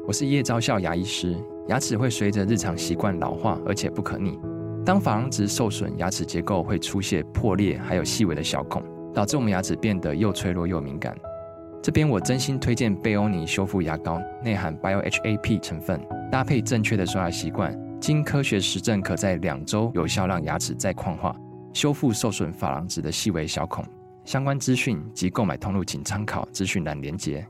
我是叶昭孝牙医师。牙齿会随着日常习惯老化，而且不可逆。当珐琅质受损，牙齿结构会出现破裂，还有细微的小孔，导致我们牙齿变得又脆弱又敏感。这边我真心推荐贝欧尼修复牙膏，内含 BioHAP 成分，搭配正确的刷牙习惯，经科学实证可在2周有效让牙齿再矿化，修复受损珐琅质的细微小孔。相关资讯及购买通路请参考资讯栏连结。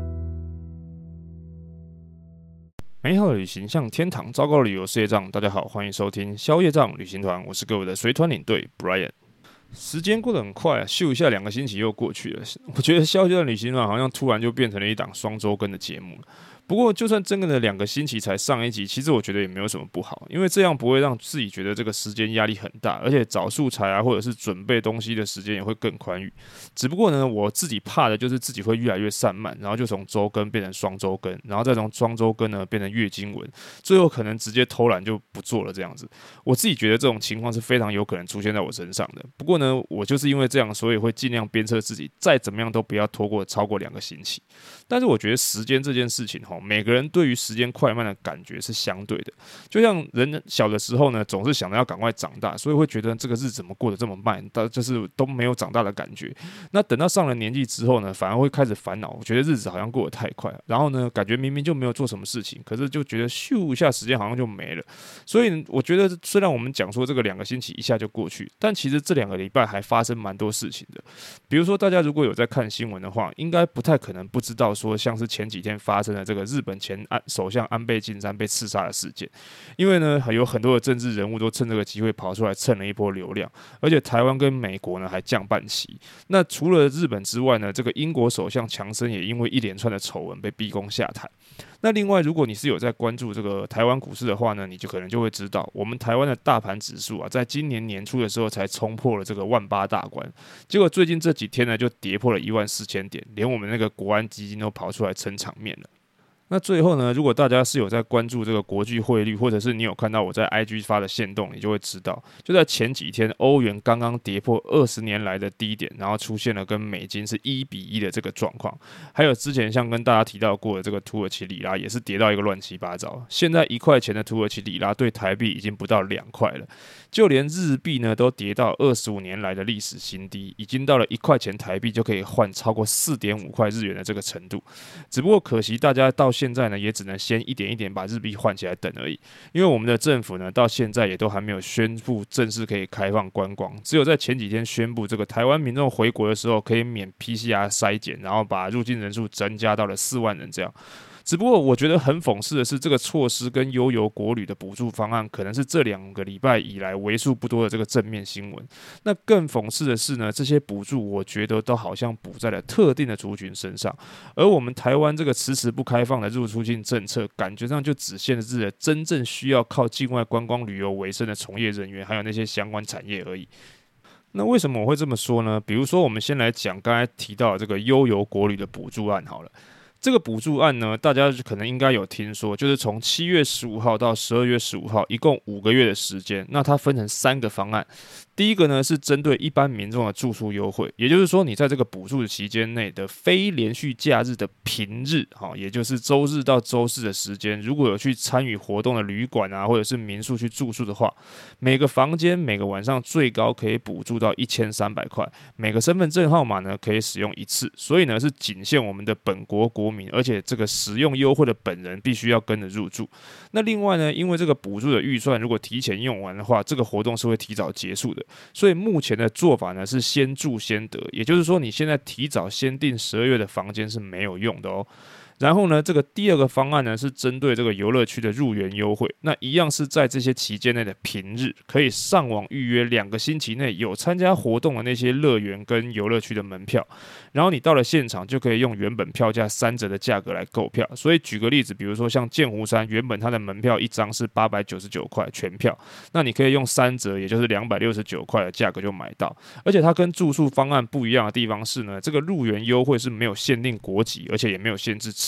美好的旅行像天堂，糟糕的旅游是业障。大家好，欢迎收听宵夜障旅行团，我是各位的随团领队 Brian。时间过得很快啊，咻一下2个星期又过去了。我觉得宵夜障旅行团好像突然就变成了一档双周更的节目了。不过，就算真的2个星期才上一集，其实我觉得也没有什么不好，因为这样不会让自己觉得这个时间压力很大，而且找素材啊，或者是准备东西的时间也会更宽裕。只不过呢，我自己怕的就是自己会越来越散漫，然后就从周更变成双周更，然后再从双周更呢变成月经文，最后可能直接偷懒就不做了这样子。我自己觉得这种情况是非常有可能出现在我身上的。不过呢，我就是因为这样，所以会尽量鞭策自己，再怎么样都不要超过2个星期。但是我觉得时间这件事情每个人对于时间快慢的感觉是相对的。就像人小的时候呢，总是想着要赶快长大，所以会觉得这个日子怎么过得这么慢，就是都没有长大的感觉。那等到上了年纪之后呢，反而会开始烦恼，我觉得日子好像过得太快，然后呢，感觉明明就没有做什么事情，可是就觉得咻一下时间好像就没了。所以我觉得，虽然我们讲说这个2个星期一下就过去，但其实这2个礼拜还发生蛮多事情的。比如说，大家如果有在看新闻的话，应该不太可能不知道说，像是前几天发生的这个日本前首相安倍晋三被刺杀的事件。因为呢，有很多的政治人物都趁这个机会跑出来蹭了一波流量，而且台湾跟美国呢还降半旗。那除了日本之外呢，这个英国首相强生也因为一连串的丑闻被逼宫下台。那另外，如果你是有在关注这个台湾股市的话呢，你可能就会知道，我们台湾的大盘指数啊，在今年年初的时候才冲破了这个18000大关，结果最近这几天呢，就跌破了14000点，连我们那个国安基金都跑出来撑场面了。那最后呢，如果大家是有在关注这个国际汇率，或者是你有看到我在 IG 发的限动，你就会知道，就在前几天，欧元刚刚跌破20年来的低点，然后出现了跟美金是1:1的这个状况。还有之前像跟大家提到过的这个土耳其里拉，也是跌到一个乱七八糟。现在1块钱的土耳其里拉对台币已经不到2块了，就连日币呢都跌到25年来的历史新低，已经到了1块钱台币就可以换超过4.5块日元的这个程度。只不过可惜大家到现在呢，也只能先一点一点把日币换起来等而已，因为我们的政府呢，到现在也都还没有宣布正式可以开放观光，只有在前几天宣布，这个台湾民众回国的时候可以免 PCR 筛检，然后把入境人数增加到了4万人这样。只不过我觉得很讽刺的是，这个措施跟悠游国旅的补助方案，可能是这2个礼拜以来为数不多的这个正面新闻。那更讽刺的是呢，这些补助我觉得都好像补在了特定的族群身上，而我们台湾这个迟迟不开放的入出境政策，感觉上就只限制了真正需要靠境外观光旅游为生的从业人员，还有那些相关产业而已。那为什么我会这么说呢？比如说，我们先来讲刚才提到的这个悠游国旅的补助案好了。这个补助案呢，大家可能应该有听说，就是从7月15号到12月15号，一共5个月的时间。那它分成3个方案。第一个呢是针对一般民众的住宿优惠，也就是说，你在这个补助的期间内的非连续假日的平日，也就是周日到周四的时间，如果有去参与活动的旅馆啊，或者是民宿去住宿的话，每个房间每个晚上最高可以补助到1300块，每个身份证号码呢可以使用1次，所以呢是仅限我们的本国国民，而且这个使用优惠的本人必须要跟着入住。那另外呢，因为这个补助的预算如果提前用完的话，这个活动是会提早结束的。所以目前的做法呢是先住先得，也就是说你现在提早先订12月的房间是没有用的哦。然后呢，这个第2个方案呢是针对这个游乐区的入园优惠，那一样是在这些期间内的平日，可以上网预约2个星期内有参加活动的那些乐园跟游乐区的门票，然后你到了现场就可以用原本票价3折的价格来购票。所以举个例子，比如说像剑湖山，原本它的门票1张是899块全票，那你可以用3折，也就是269块的价格就买到。而且它跟住宿方案不一样的地方是呢，这个入园优惠是没有限定国籍，而且也没有限制次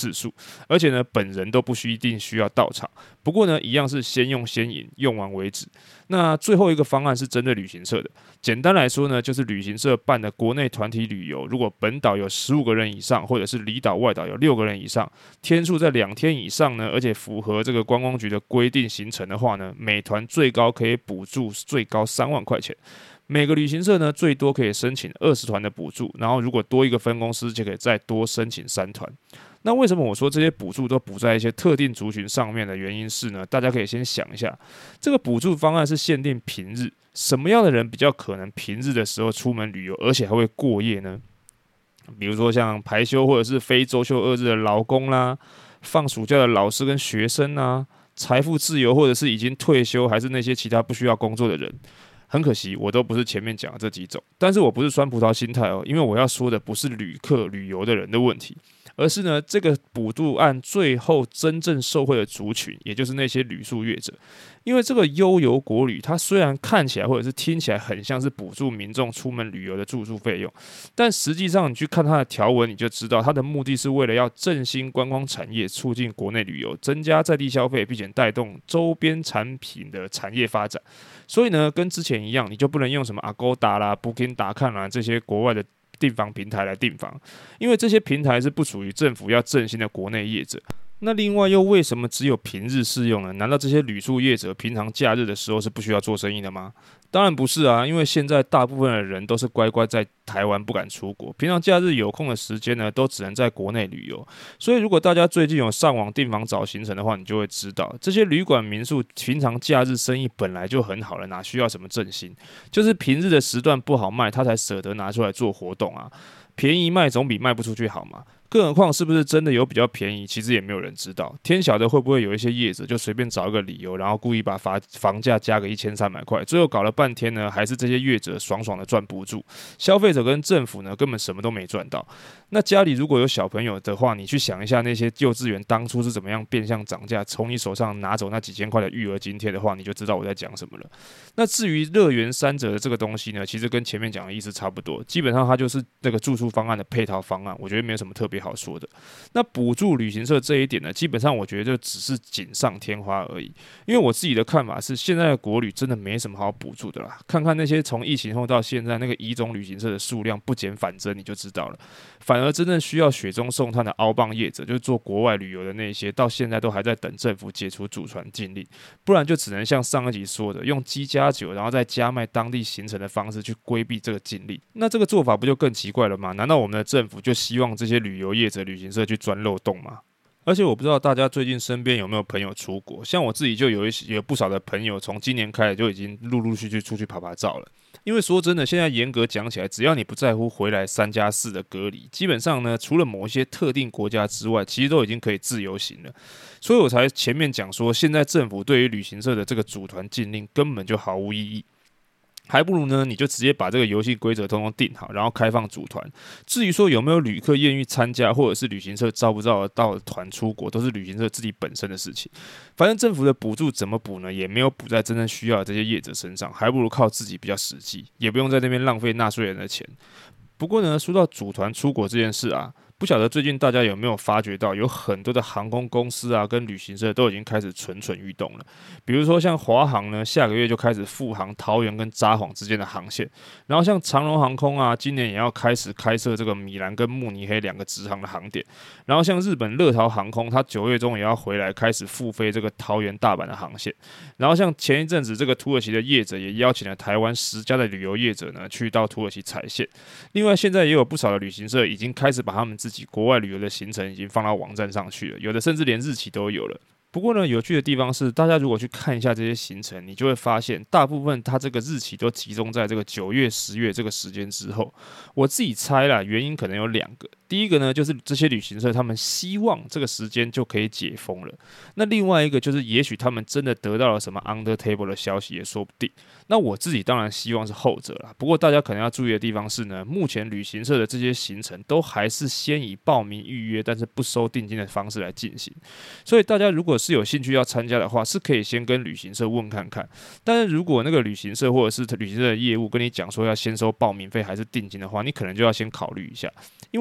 次数，而且呢，本人都不一定需要到场。不过呢，一样是先用先赢，用完为止。那最后一个方案是针对旅行社的，简单来说呢，就是旅行社办的国内团体旅游，如果本岛有15个人以上，或者是离岛外岛有6个人以上，天数在2天以上呢，而且符合这个观光局的规定行程的话呢，每团最高可以补助最高3万块钱。每个旅行社呢，最多可以申请20团的补助，然后如果多一个分公司，就可以再多申请3团。那为什么我说这些补助都补在一些特定族群上面的原因是呢？大家可以先想一下，这个补助方案是限定平日，什么样的人比较可能平日的时候出门旅游，而且还会过夜呢？比如说像排休或者是非周休2日的劳工啦，放暑假的老师跟学生啊，财富自由或者是已经退休，还是那些其他不需要工作的人。很可惜，我都不是前面讲的这几种，但是我不是酸葡萄心态哦，因为我要说的不是旅客、旅游的人的问题，而是呢，这个补助案最后真正受惠的族群，也就是那些旅宿业者。因为这个悠游国旅，它虽然看起来或者是听起来很像是补助民众出门旅游的住宿费用，但实际上你去看它的条文，你就知道它的目的是为了要振兴观光产业，促进国内旅游，增加在地消费，并且带动周边产品的产业发展。所以呢，跟之前一样，你就不能用什么 Agoda 啦、Booking.com 啦这些国外的订房平台来订房，因为这些平台是不属于政府要振兴的国内业者。那另外又为什么只有平日适用呢？难道这些旅宿业者平常假日的时候是不需要做生意的吗？当然不是啊，因为现在大部分的人都是乖乖在台湾不敢出国，平常假日有空的时间呢，都只能在国内旅游。所以如果大家最近有上网订房找行程的话，你就会知道，这些旅馆民宿平常假日生意本来就很好了，哪需要什么振兴？就是平日的时段不好卖，他才舍得拿出来做活动啊。便宜卖总比卖不出去好嘛。更何况是不是真的有比较便宜，其实也没有人知道。天晓得会不会有一些业者就随便找一个理由，然后故意把房价加个1300块，最后搞了半天呢，还是这些业者爽爽的赚补助，消费者跟政府呢根本什么都没赚到。那家里如果有小朋友的话，你去想一下那些幼稚园当初是怎么样变相涨价，从你手上拿走那几千块的育儿津贴的话，你就知道我在讲什么了。那至于乐园3折的这个东西呢，其实跟前面讲的意思差不多，基本上它就是那个住宿方案的配套方案，我觉得没有什么特别好说的。那补助旅行社这一点呢，基本上我觉得就只是锦上添花而已。因为我自己的看法是，现在的国旅真的没什么好补助的啦。看看那些从疫情后到现在那个乙种旅行社的数量不减反增，你就知道了。反而真正需要雪中送炭的凹棒业者，就是做国外旅游的那些，到现在都还在等政府解除祖传禁令，不然就只能像上一集说的，用7+9，然后再加卖当地行程的方式去规避这个禁令。那这个做法不就更奇怪了吗？难道我们的政府就希望这些旅游业者、旅行社去钻漏洞吗？而且我不知道大家最近身边有没有朋友出国，像我自己就有不少的朋友，从今年开始就已经陆陆续续出去爬爬照了。因为说真的，现在严格讲起来，只要你不在乎回来3+4的隔离，基本上呢，除了某些特定国家之外，其实都已经可以自由行了。所以我才前面讲说，现在政府对于旅行社的这个组团禁令根本就毫无意义。还不如呢，你就直接把这个游戏规则通通定好，然后开放组团。至于说有没有旅客愿意参加，或者是旅行社招不招得到团出国，都是旅行社自己本身的事情。反正政府的补助怎么补呢，也没有补在真正需要的这些业者身上，还不如靠自己比较实际，也不用在那边浪费纳税人的钱。不过呢，说到组团出国这件事啊，不晓得最近大家有没有发觉到，有很多的航空公司啊跟旅行社都已经开始蠢蠢欲动了。比如说像华航呢，下个月就开始复航桃园跟札幌之间的航线，然后像长荣航空啊，今年也要开始开设这个米兰跟慕尼黑2个直航的航点，然后像日本乐桃航空，它9月中也要回来开始复飞这个桃园大阪的航线，然后像前一阵子这个土耳其的业者也邀请了台湾10家的旅游业者呢，去到土耳其踩线。另外现在也有不少的旅行社已经开始把他们自己国外旅游的行程已经放到网站上去了，有的甚至连日期都有了。不过呢，有趣的地方是，大家如果去看一下这些行程，你就会发现，大部分它这个日期都集中在这个9月、10月这个时间之后。我自己猜啦，原因可能有2个。第一个呢，就是这些旅行社他们希望这个时间就可以解封了。那另外一个就是，也许他们真的得到了什么 under table 的消息也说不定。那我自己当然希望是后者啦。不过大家可能要注意的地方是呢，目前旅行社的这些行程都还是先以报名预约，但是不收定金的方式来进行。所以大家如果是有兴趣要参加的话，是可以先跟旅行社问看看。但是如果那个旅行社或者是旅行社的业务跟你讲说要先收报名费还是定金的话，你可能就要先考虑一下，因为呢还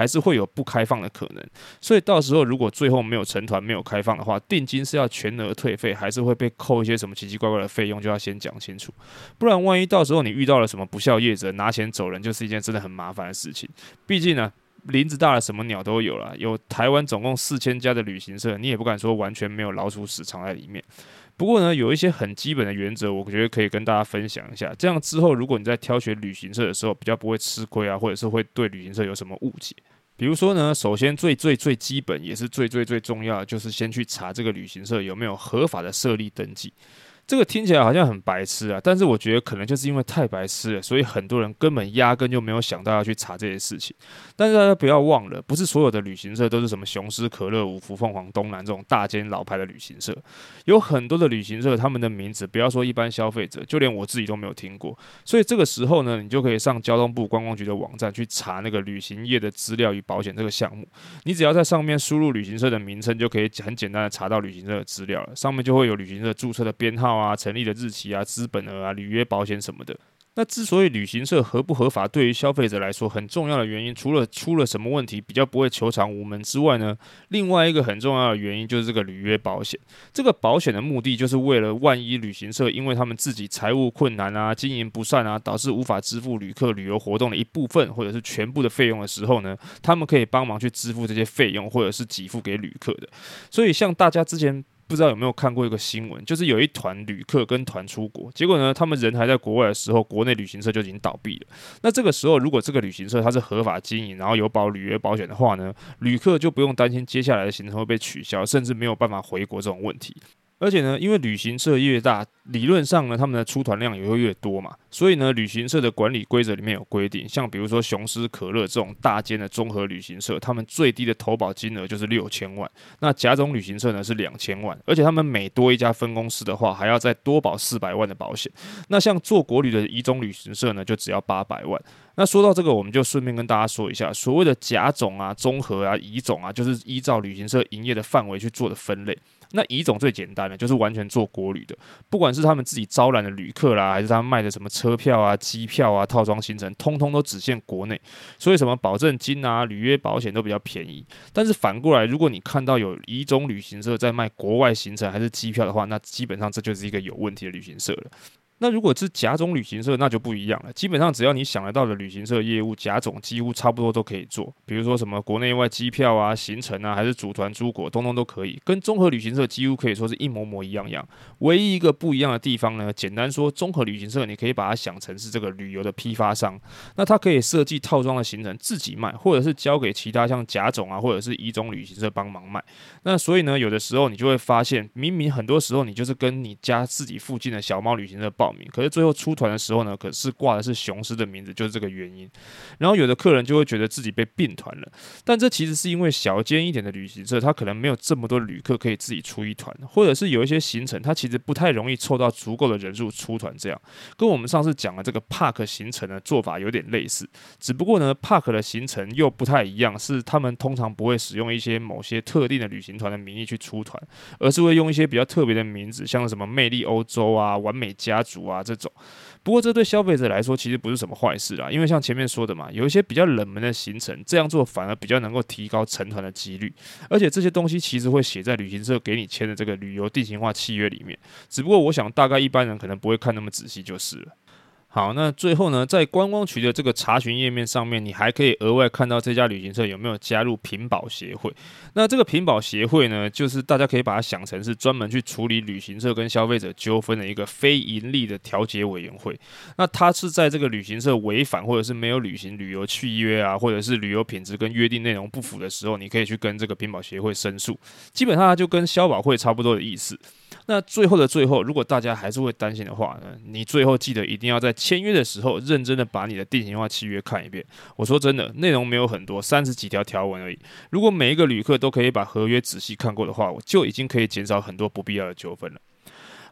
还是会有不开放的可能。所以到时候如果最后没有成团没有开放的话，定金是要全额退费，还是会被扣一些什么奇奇怪怪的费用，就要先讲清楚。不然万一到时候你遇到了什么不孝业者拿钱走人，就是一件真的很麻烦的事情。毕竟呢，林子大了，什么鸟都有啦。有台湾总共4000家的旅行社，你也不敢说完全没有老鼠屎藏在里面。不过呢，有一些很基本的原则，我觉得可以跟大家分享一下。这样之后，如果你在挑选旅行社的时候，比较不会吃亏啊，或者是会对旅行社有什么误解。比如说呢，首先最基本也是最重要的，就是先去查这个旅行社有没有合法的设立登记。这个听起来好像很白痴啊，但是我觉得可能就是因为太白痴了，所以很多人根本压根就没有想到要去查这些事情。但是大家不要忘了，不是所有的旅行社都是什么雄狮、可乐、五福、凤凰、东南这种大间老牌的旅行社，有很多的旅行社他们的名字，不要说一般消费者，就连我自己都没有听过。所以这个时候呢，你就可以上交通部观光局的网站去查那个旅行业的资料与保险这个项目。你只要在上面输入旅行社的名称，就可以很简单的查到旅行社的资料了。上面就会有旅行社注册的编号啊、成立的日期啊、资本额啊、履约保险什么的。那之所以旅行社合不合法，对于消费者来说很重要的原因，除了出了什么问题比较不会求偿无门之外呢，另外一个很重要的原因就是这个履约保险。这个保险的目的就是为了万一旅行社因为他们自己财务困难啊、经营不善啊，导致无法支付旅客旅游活动的一部分或者是全部的费用的时候呢，他们可以帮忙去支付这些费用，或者是给付给旅客的。所以像大家之前不知道有没有看过一个新闻，就是有一团旅客跟团出国，结果呢，他们人还在国外的时候，国内旅行社就已经倒闭了。那这个时候，如果这个旅行社它是合法经营，然后有保履约保险的话呢，旅客就不用担心接下来的行程会被取消，甚至没有办法回国这种问题。而且呢，因为旅行社越大，理论上呢，他们的出团量也会越多嘛，所以呢，旅行社的管理规则里面有规定，像比如说雄狮、可乐这种大间的综合旅行社，他们最低的投保金额就是6000万，那甲种旅行社呢是2000万，而且他们每多一家分公司的话，还要再多保400万的保险。那像做国旅的乙种旅行社呢，就只要800万。那说到这个，我们就顺便跟大家说一下，所谓的甲种啊、综合啊、乙种啊，就是依照旅行社营业的范围去做的分类。那乙种最简单的就是完全做国旅的，不管是他们自己招揽的旅客啦，还是他们卖的什么车票啊、机票啊、套装行程，通通都只限国内，所以什么保证金啊、履约保险都比较便宜。但是反过来，如果你看到有乙种旅行社在卖国外行程还是机票的话，那基本上这就是一个有问题的旅行社了。那如果是甲种旅行社，那就不一样了。基本上只要你想得到的旅行社业务，甲种几乎差不多都可以做。比如说什么国内外机票啊、行程啊，还是组团出国，通通都可以。跟综合旅行社几乎可以说是一模一样。唯一一个不一样的地方呢，简单说，综合旅行社你可以把它想成是这个旅游的批发商，那它可以设计套装的行程自己卖，或者是交给其他像甲种啊或者是乙种旅行社帮忙卖。那所以呢，有的时候你就会发现，明明很多时候你就是跟你家自己附近的小猫旅行社报名，可是最后出团的时候呢，可是挂的是雄狮的名字，就是这个原因。然后有的客人就会觉得自己被并团了，但这其实是因为小间一点的旅行社，他可能没有这么多旅客可以自己出一团，或者是有一些行程，它其实不太容易凑到足够的人数出团，这样跟我们上次讲的这个 Park 行程的做法有点类似，只不过呢 Park 的行程又不太一样，是他们通常不会使用一些某些特定的旅行团的名义去出团，而是会用一些比较特别的名字，像什么魅力欧洲啊、完美家族啊这种。不过这对消费者来说其实不是什么坏事啦，因为像前面说的嘛，有一些比较冷门的行程，这样做反而比较能够提高成团的几率，而且这些东西其实会写在旅行社给你签的这个旅游定型化契约里面，只不过我想大概一般人可能不会看那么仔细就是了。好，那最后呢，在观光局的这个查询页面上面，你还可以额外看到这家旅行社有没有加入品保协会。那这个品保协会呢，就是大家可以把它想成是专门去处理旅行社跟消费者纠纷的一个非盈利的调解委员会。那它是在这个旅行社违反或者是没有履行旅游契约啊，或者是旅游品质跟约定内容不符的时候，你可以去跟这个品保协会申诉。基本上它就跟消保会差不多的意思。那最后的最后，如果大家还是会担心的话呢，你最后记得一定要在签约的时候认真的把你的定型化契约看一遍。我说真的，内容没有很多，30几条条文而已。如果每一个旅客都可以把合约仔细看过的话，我就已经可以减少很多不必要的纠纷了。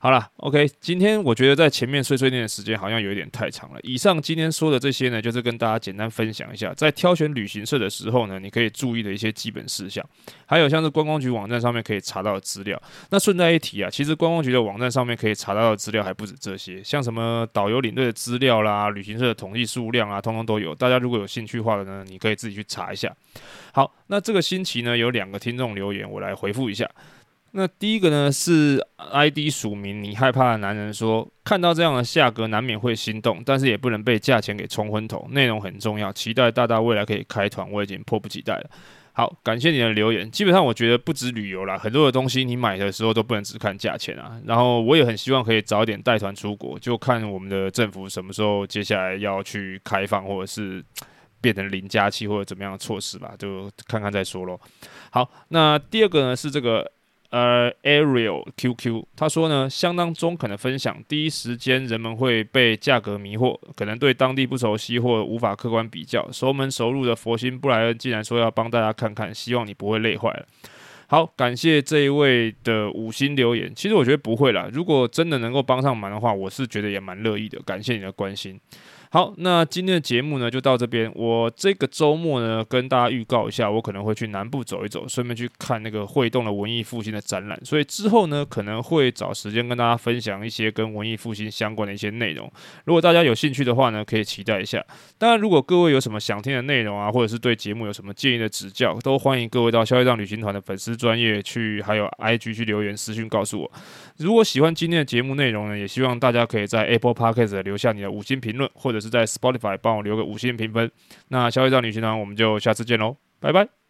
好啦 OK， 今天我觉得在前面碎碎念的时间好像有一点太长了。以上今天说的这些呢，就是跟大家简单分享一下，在挑选旅行社的时候呢，你可以注意的一些基本事项，还有像是观光局网站上面可以查到的资料。那顺带一提啊，其实观光局的网站上面可以查到的资料还不止这些，像什么导游领队的资料啦、旅行社的统计数量啊，通通都有。大家如果有兴趣的话呢，你可以自己去查一下。好，那这个星期呢，有2个听众留言，我来回复一下。那第一个呢是 ID 署名你害怕的男人说，看到这样的价格难免会心动，但是也不能被价钱给冲昏头，内容很重要，期待大大未来可以开团，我已经迫不及待了。好，感谢你的留言。基本上我觉得不止旅游啦，很多的东西你买的时候都不能只看价钱啊。然后我也很希望可以早一点带团出国，就看我们的政府什么时候接下来要去开放，或者是变成0加7或者怎么样的措施吧，就看看再说咯。好，那第二个呢是这个Ariel QQ， 他说呢，相当中肯的分享，第一时间人们会被价格迷惑，可能对当地不熟悉或无法客观比较。熟门熟路的佛心布莱恩竟然说要帮大家看看，希望你不会累坏了。好，感谢这一位的5星留言。其实我觉得不会啦，如果真的能够帮上忙的话，我是觉得也蛮乐意的。感谢你的关心。好，那今天的节目呢就到这边。我这个周末呢跟大家预告一下，我可能会去南部走一走，顺便去看那个会动的文艺复兴的展览。所以之后呢可能会找时间跟大家分享一些跟文艺复兴相关的一些内容。如果大家有兴趣的话呢，可以期待一下。当然，如果各位有什么想听的内容啊，或者是对节目有什么建议的指教，都欢迎各位到消业障旅行团的粉丝专页去，还有 IG 去留言私讯告诉我。如果喜欢今天的节目内容呢，也希望大家可以在 Apple Podcast 留下你的5星评论，或者是在 Spotify 帮我留个5星评分。那消业障旅行团我们就下次见喽，拜拜。